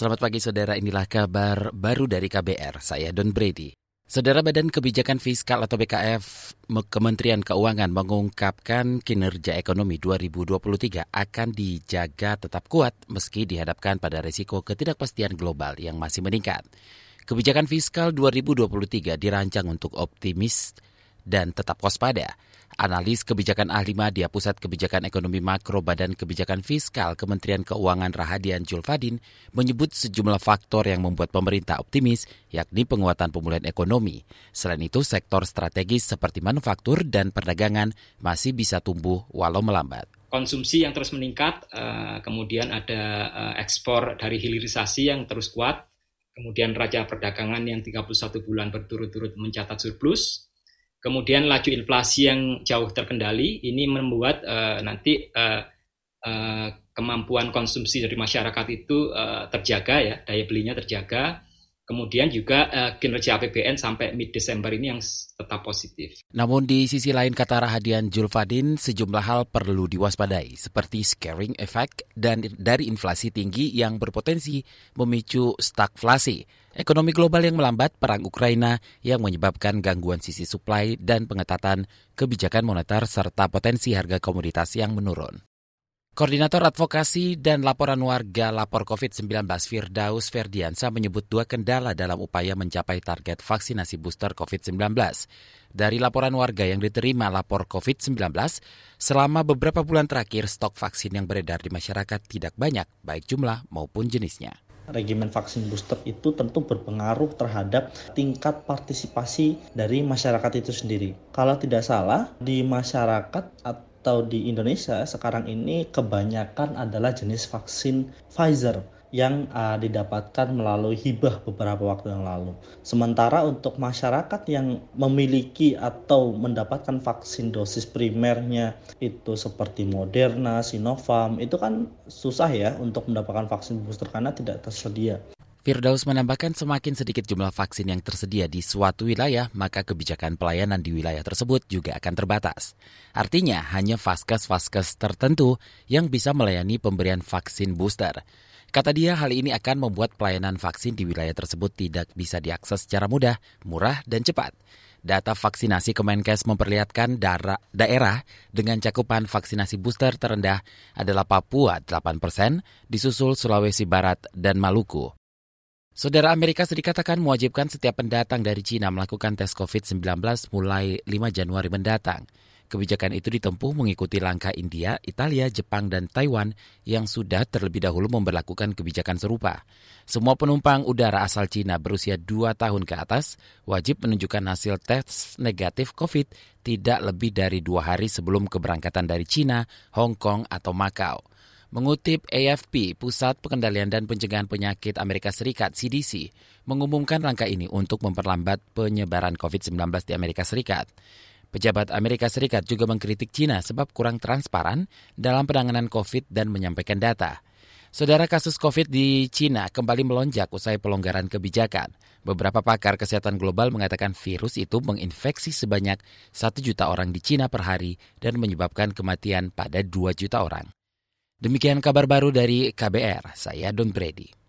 Selamat pagi saudara, inilah kabar baru dari KBR, saya Don Brady. Saudara, Badan Kebijakan Fiskal atau BKF Kementerian Keuangan mengungkapkan kinerja ekonomi 2023 akan dijaga tetap kuat meski dihadapkan pada risiko ketidakpastian global yang masih meningkat. Kebijakan fiskal 2023 dirancang untuk optimis dan tetap waspada. Analis kebijakan ahli Madya Pusat Kebijakan Ekonomi Makro Badan Kebijakan Fiskal Kementerian Keuangan Rahadian Julfadin menyebut sejumlah faktor yang membuat pemerintah optimis, yakni penguatan pemulihan ekonomi. Selain itu, sektor strategis seperti manufaktur dan perdagangan masih bisa tumbuh walau melambat. Konsumsi yang terus meningkat, kemudian ada ekspor dari hilirisasi yang terus kuat, kemudian raca perdagangan yang 31 bulan berturut-turut mencatat surplus, kemudian laju inflasi yang jauh terkendali, ini membuat nanti kemampuan konsumsi dari masyarakat itu terjaga, ya, daya belinya terjaga. Kemudian juga kinerja APBN sampai mid-Desember ini yang tetap positif. Namun di sisi lain, kata Rahadian Julfadin, sejumlah hal perlu diwaspadai, seperti scaring effect dan dari inflasi tinggi yang berpotensi memicu stagflasi. Ekonomi global yang melambat, perang Ukraina yang menyebabkan gangguan sisi suplai dan pengetatan kebijakan moneter serta potensi harga komoditas yang menurun. Koordinator Advokasi dan Laporan Warga Lapor COVID-19 Firdaus Ferdiansa menyebut dua kendala dalam upaya mencapai target vaksinasi booster COVID-19. Dari laporan warga yang diterima lapor COVID-19, selama beberapa bulan terakhir stok vaksin yang beredar di masyarakat tidak banyak, baik jumlah maupun jenisnya. Regimen vaksin booster itu tentu berpengaruh terhadap tingkat partisipasi dari masyarakat itu sendiri. Kalau tidak salah, di masyarakat atau di Indonesia sekarang ini kebanyakan adalah jenis vaksin Pfizer yang didapatkan melalui hibah beberapa waktu yang lalu. Sementara untuk masyarakat yang memiliki atau mendapatkan vaksin dosis primernya itu seperti Moderna, Sinovac, itu kan susah ya untuk mendapatkan vaksin booster karena tidak tersedia. Firdaus menambahkan semakin sedikit jumlah vaksin yang tersedia di suatu wilayah, maka kebijakan pelayanan di wilayah tersebut juga akan terbatas. Artinya hanya vaskes-vaskes tertentu yang bisa melayani pemberian vaksin booster. Kata dia, hal ini akan membuat pelayanan vaksin di wilayah tersebut tidak bisa diakses secara mudah, murah, dan cepat. Data vaksinasi Kemenkes memperlihatkan daerah dengan cakupan vaksinasi booster terendah adalah Papua 8%, disusul Sulawesi Barat dan Maluku. Saudara, Amerika Serikat akan mewajibkan setiap pendatang dari China melakukan tes COVID-19 mulai 5 Januari mendatang. Kebijakan itu ditempuh mengikuti langkah India, Italia, Jepang, dan Taiwan yang sudah terlebih dahulu memberlakukan kebijakan serupa. Semua penumpang udara asal China berusia 2 tahun ke atas wajib menunjukkan hasil tes negatif COVID tidak lebih dari 2 hari sebelum keberangkatan dari China, Hong Kong, atau Makau. Mengutip AFP, Pusat Pengendalian dan Pencegahan Penyakit Amerika Serikat (CDC) mengumumkan langkah ini untuk memperlambat penyebaran COVID-19 di Amerika Serikat. Pejabat Amerika Serikat juga mengkritik China sebab kurang transparan dalam penanganan COVID dan menyampaikan data. Saudara, kasus COVID di China kembali melonjak usai pelonggaran kebijakan. Beberapa pakar kesehatan global mengatakan virus itu menginfeksi sebanyak 1 juta orang di China per hari dan menyebabkan kematian pada 2 juta orang. Demikian kabar baru dari KBR, saya Don Brady.